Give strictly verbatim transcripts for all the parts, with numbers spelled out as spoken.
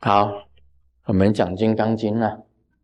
好，我们讲《金刚经》了。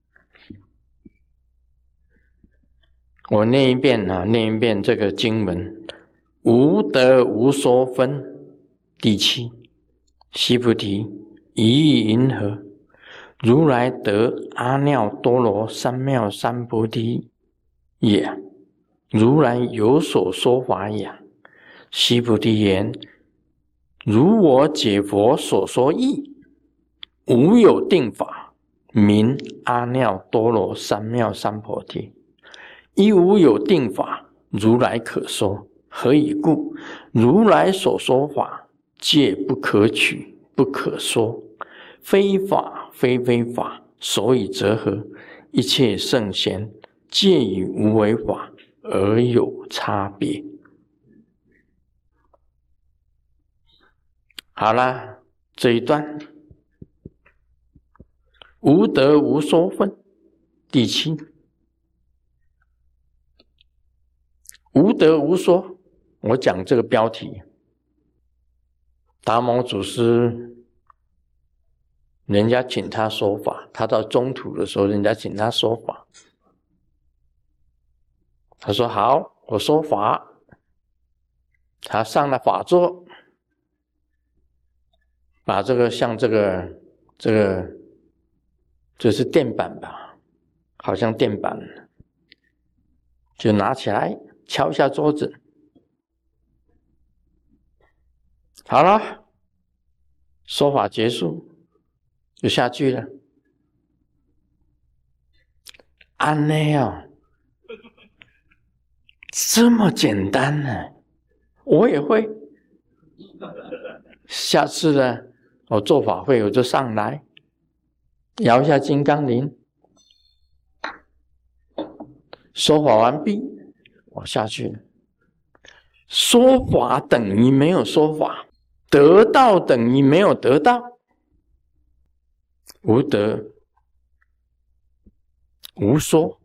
我念一遍啊，念一遍这个经文：无得无说分，第七。须菩提，一意云何？如来得阿耨多罗三藐三菩提也。如来有所说法也。须菩提言：如我解佛所说义，无有定法，名阿耨多罗三藐三菩提。亦无有定法，如来可说。何以故？如来所说法，皆不可取，不可说，非法非非法，所以则何？一切圣贤，皆以无为法而有差别。好啦，这一段无得无说分，第七。无得无说，我讲这个标题，达摩祖师人家请他说法，他到中途的时候，人家请他说法，他说好，我说法。他上了法座，把这个像这个这个这是垫板吧，好像垫板，就拿起来敲一下桌子，好了，说法结束，就下去了。安内啊，这么简单呢？我也会。下次呢，我做法会我就上来摇一下金刚铃，说法完毕，我下去了。说法等于没有说法，得到等于没有得到。无得无说，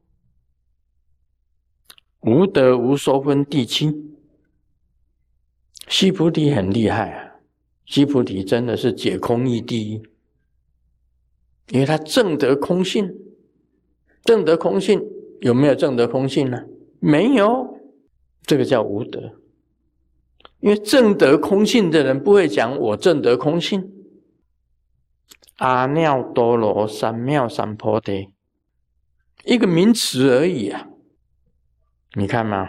无得无说分第七。须菩提很厉害啊，须菩提真的是解空义第一，因为他证得空性。证得空性有没有证得空性呢？没有，这个叫无得。因为证得空性的人不会讲我证得空性。阿耨多罗三藐三菩提，一个名词而已啊，你看吗？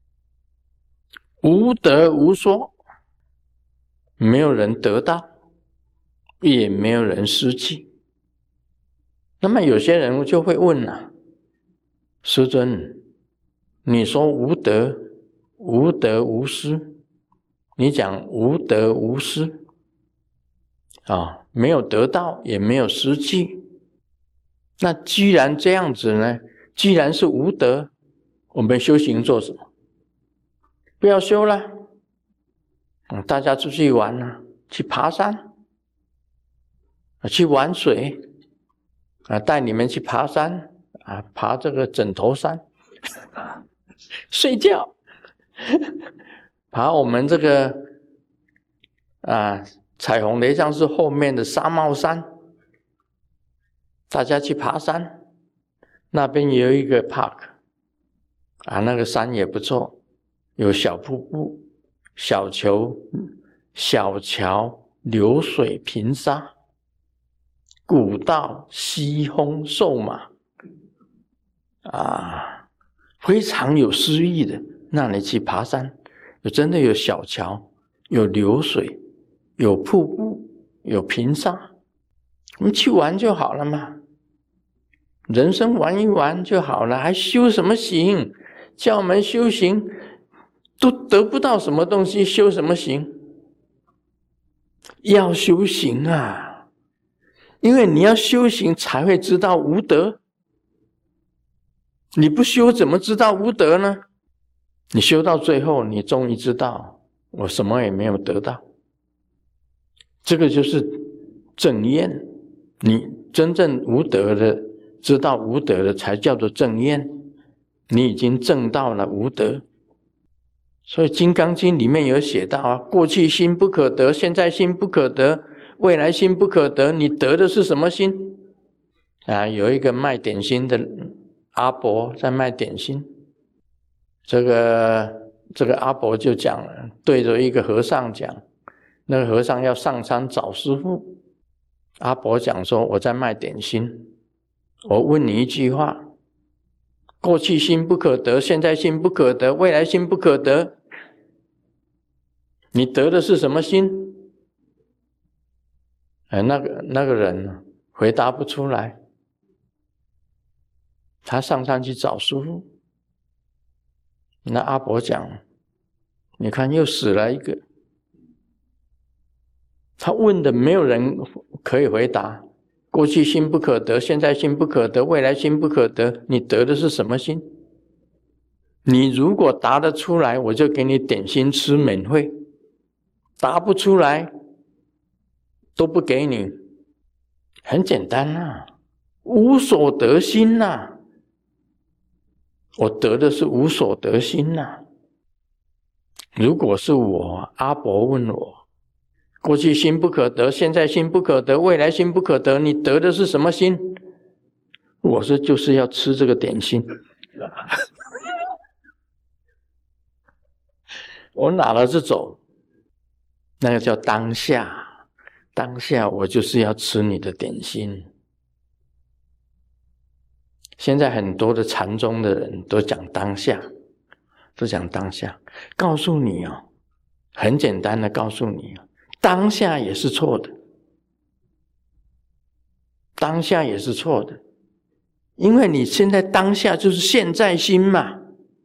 无得无说，没有人得到，也没有人失去。那么有些人就会问了、啊，师尊，你说无得无得无失，你讲无得无失啊，没有得到也没有失去。那既然这样子呢，既然是无得，我们修行做什么？不要修了，大家出去玩啊，去爬山，去玩水啊，带你们去爬山啊，爬这个枕头山，睡觉，爬我们这个啊彩虹雷上是后面的沙帽山，大家去爬山，那边有一个 park 啊，那个山也不错。有小瀑布、小球、小桥、流水、平沙、古道、西风、瘦马，啊，非常有诗意的。那你去爬山，有真的有小桥，有流水，有瀑布，有平沙，我们去玩就好了嘛。人生玩一玩就好了，还修什么行？叫我们修行都得不到什么东西，修什么行？要修行啊，因为你要修行才会知道无得。你不修怎么知道无得呢？你修到最后，你终于知道我什么也没有得到，这个就是正验。你真正无得的，知道无得的才叫做正验，你已经证到了无得。所以《金刚经》里面有写到啊，过去心不可得，现在心不可得， 未来心不可得，你得的是什么心？啊，有一个卖点心的阿伯在卖点心，这个这个阿伯就讲了，对着一个和尚讲，那个和尚要上山找师父，阿伯讲说，我在卖点心，我问你一句话，过去心不可得，现在心不可得，未来心不可得，你得的是什么心？哎，那个那个人回答不出来，他上山去找师父。那阿伯讲，你看又死了一个，他问的没有人可以回答，过去心不可得，现在心不可得，未来心不可得，你得的是什么心？你如果答得出来，我就给你点心吃免费，答不出来都不给你。很简单啊，无所得心啊，我得的是无所得心啊。如果是我，阿伯问我，过去心不可得，现在心不可得，未来心不可得，你得的是什么心？我说就是要吃这个点心。我拿了就走，那个叫当下。当下我就是要吃你的点心。现在很多的禅宗的人都讲当下，都讲当下，告诉你哦，很简单的告诉你，当下也是错的，当下也是错的，因为你现在当下就是现在心嘛，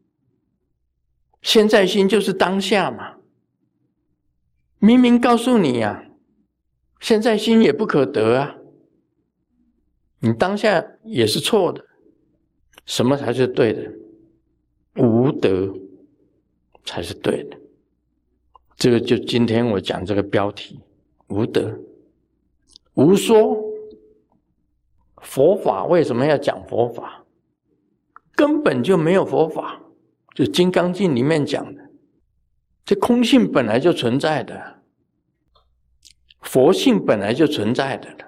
现在心就是当下嘛，明明告诉你呀、啊，现在心也不可得啊，你当下也是错的。什么才是对的？无得才是对的。这个就今天我讲这个标题，无得无说。佛法为什么要讲佛法？根本就没有佛法，就《金刚经》里面讲的，这空性本来就存在的，佛性本来就存在的，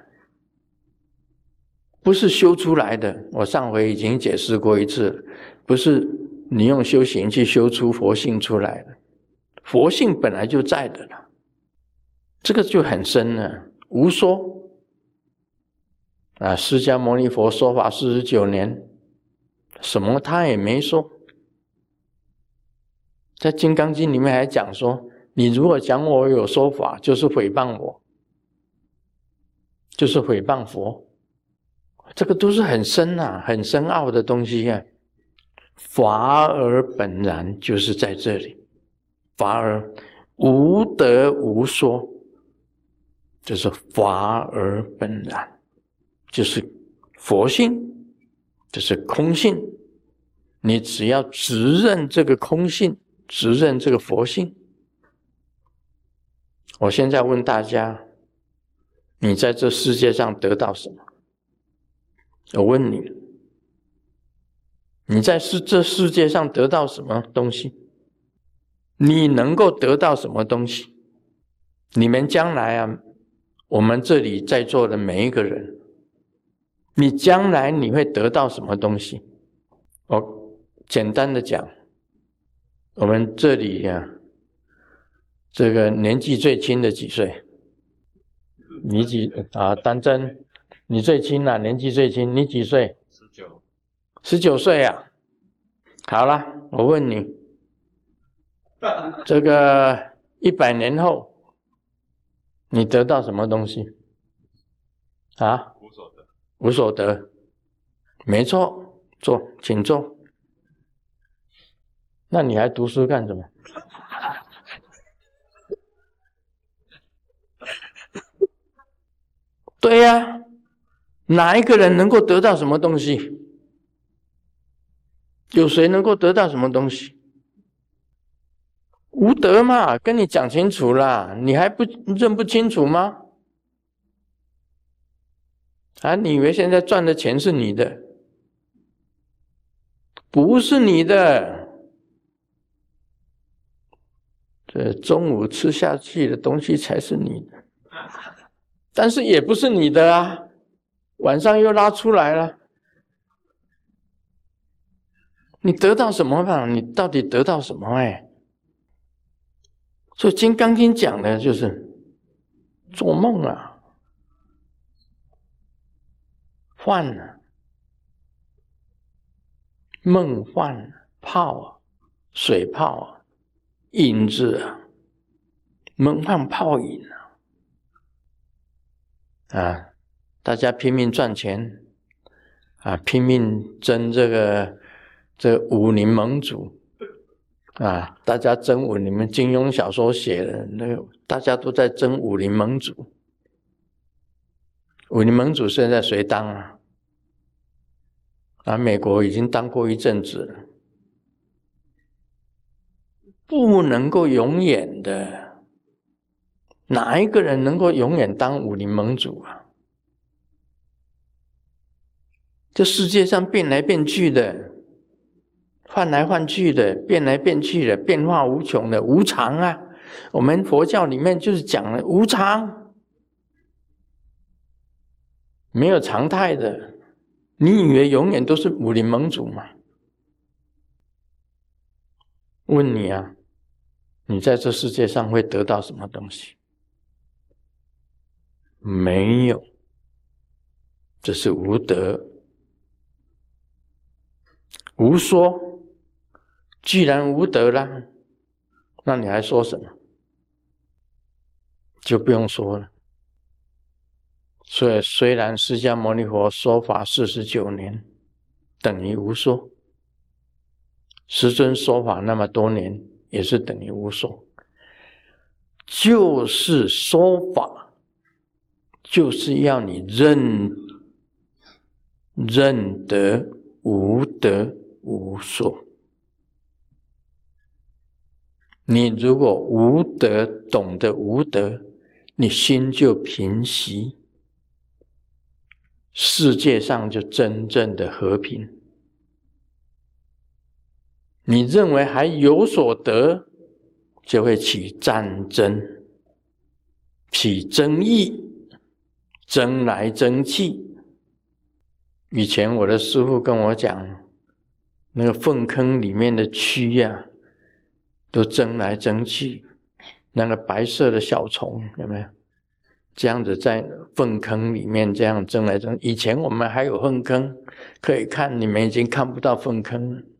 不是修出来的。我上回已经解释过一次，不是你用修行去修出佛性出来的，佛性本来就在的了。这个就很深了，无说啊！释迦牟尼佛说法四十九年，什么他也没说。在《金刚经》里面还讲说，你如果讲我有说法，就是诽谤我，就是诽谤佛。这个都是很深啊，很深奥的东西啊。法而本然就是在这里，法而无得无说，就是法而本然，就是佛性，就是空性。你只要直认这个空性，直认这个佛性。我现在问大家，你在这世界上得到什么？我问你，你在这世界上得到什么东西？你能够得到什么东西？你们将来啊，我们这里在座的每一个人，你将来你会得到什么东西？我简单的讲，我们这里啊，这个年纪最轻的几岁？你几啊？丹真，你最轻啊，年纪最轻，你几岁？十九。十九岁啊？好了，我问你，这个一百年后，你得到什么东西？啊？无所得。无所得，没错，坐，请坐。那你还读书干什么？对呀、啊，哪一个人能够得到什么东西？有谁能够得到什么东西？无得嘛，跟你讲清楚啦，你还不认不清楚吗？啊，你以为现在赚的钱是你的？不是你的，这中午吃下去的东西才是你的。 但是也不是你的啊，晚上又拉出来了。你得到什么吧？你到底得到什么？哎，所以《金刚经》讲的就是做梦啊，幻啊，梦幻泡啊，水泡啊，影子啊，梦幻泡影啊，啊，大家拼命赚钱啊，拼命争这个这武林盟主啊，大家争武，你们金庸小说写的那个，大家都在争武林盟主。武林盟主现在谁当啊？啊，美国已经当过一阵子了，不能够永远的。哪一个人能够永远当武林盟主啊？这世界上变来变去的，换来换去的，变来变去的，变化无穷的，无常啊！我们佛教里面就是讲了无常，没有常态的。你以为永远都是武林盟主吗？问你啊，你在这世界上会得到什么东西？没有，这是无得。无说，既然无得了，那你还说什么？就不用说了。所以虽然释迦牟尼佛说法四十九年，等于无说；师尊说法那么多年，也是等于无说。就是说法，就是要你认认得无得无说。你如果无得，懂得无得，你心就平息，世界上就真正的和平。你认为还有所得，就会起战争，起争议，争来争去。以前我的师父跟我讲，那个粪坑里面的蛆啊，都争来争去，那个白色的小虫有没有？这样子在粪坑里面这样争来争。以前我们还有粪坑可以看，你们已经看不到粪坑了。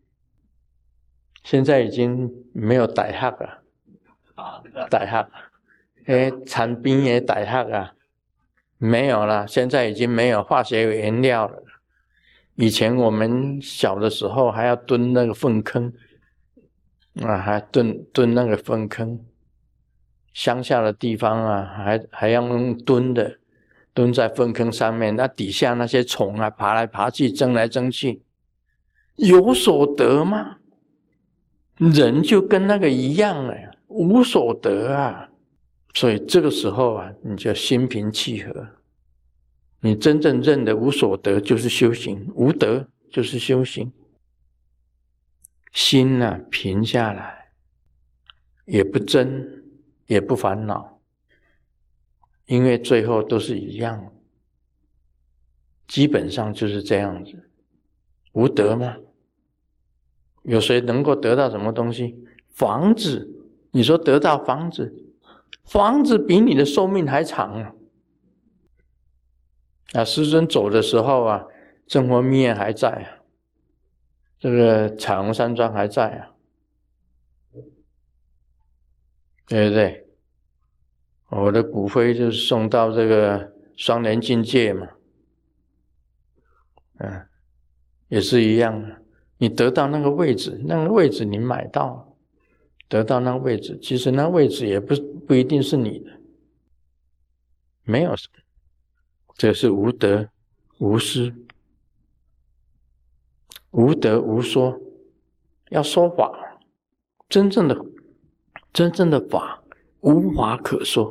现在已经没有大学了，大学，诶，产边的大学啊，没有了。现在已经没有化学原料了。以前我们小的时候还要蹲那个粪坑，啊，还蹲蹲那个粪坑。乡下的地方啊，还还要用蹲的，蹲在粪坑上面，那底下那些虫啊，爬来爬去，争来争去，有所得吗？人就跟那个一样了，无所得啊。所以这个时候啊，你就心平气和。你真正认的无所得就是修行，无得就是修行。心啊平下来，也不争，也不烦恼，因为最后都是一样，基本上就是这样子。无得吗？有谁能够得到什么东西？房子，你说得到房子，房子比你的寿命还长啊！啊，师尊走的时候啊，正佛密院还在啊，这个彩虹山庄还在啊，对不对？我的骨灰就送到这个双莲境界嘛，嗯，也是一样的。你得到那个位置，那个位置你买到，得到那个位置，其实那位置也不不一定是你的，没有什么，这是无得无失，无得无说，要说法，真正的真正的法无法可说，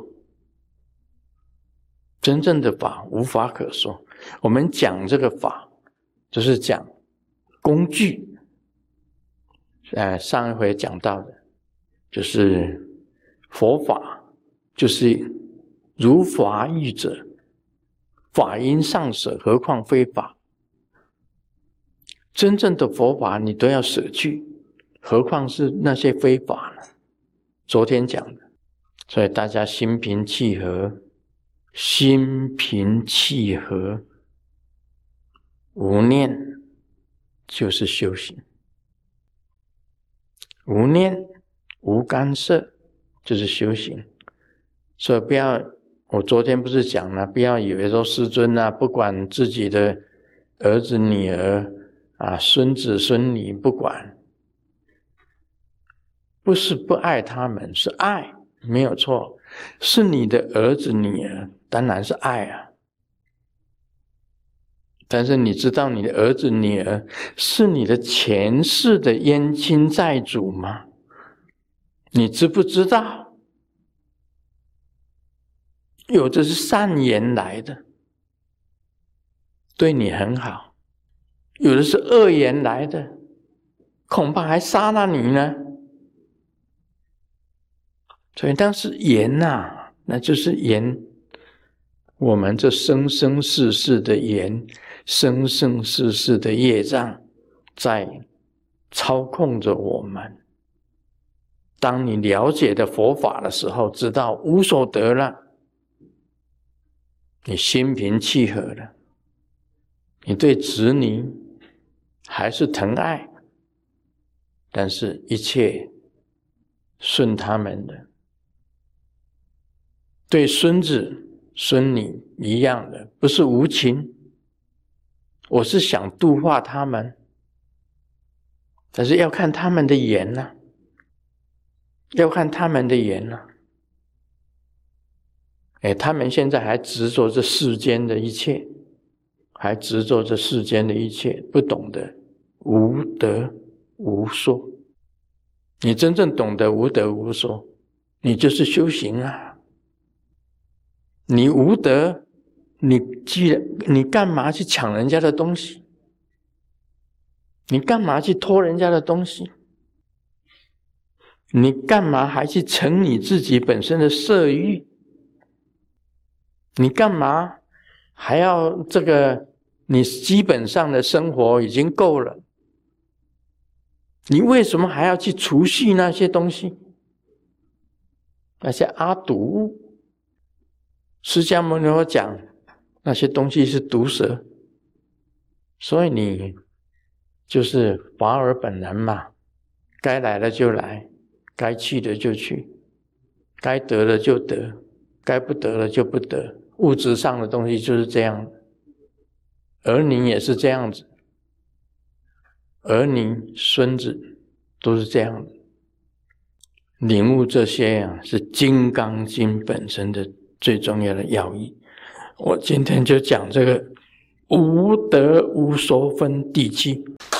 真正的法无法可说。我们讲这个法，就是讲工具。呃，上一回讲到的，就是佛法，就是如法义者，法应上舍，何况非法？真正的佛法你都要舍去，何况是那些非法呢？昨天讲的，所以大家心平气和，心平气和，无念就是修行，无念无干涉就是修行。所以不要，我昨天不是讲了，不要以为说师尊啊，不管自己的儿子女儿啊，孙子孙女不管，不是不爱他们，是爱，没有错，是你的儿子女儿，当然是爱啊。但是你知道你的儿子女儿是你的前世的冤亲债主吗？你知不知道？有的是善缘来的，对你很好，有的是恶缘来的，恐怕还杀了你呢。所以当时缘啊，那就是缘，我们这生生世世的缘，生生世世的业障在操控着我们。当你了解的佛法的时候，知道无所得了，你心平气和了，你对子女还是疼爱，但是一切顺他们的。对孙子孙女一样的，不是无情，我是想度化他们，但是要看他们的缘啊，要看他们的缘啊。哎，他们现在还执着这世间的一切，还执着这世间的一切，不懂得无得无说。你真正懂得无得无说，你就是修行啊。你无德，你既然你干嘛去抢人家的东西？你干嘛去偷人家的东西？你干嘛还去逞你自己本身的色欲？你干嘛还要这个？你基本上的生活已经够了，你为什么还要去储蓄那些东西？那些阿毒，释迦牟尼佛讲那些东西是毒蛇，所以你就是法尔本人嘛，该来的就来，该去的就去，该得的就得，该不得的就不得。物质上的东西就是这样，儿女也是这样子，儿女孙子都是这样的。领悟这些啊，是《金刚经》本身的最重要的要义。我今天就讲这个无得无说分第七。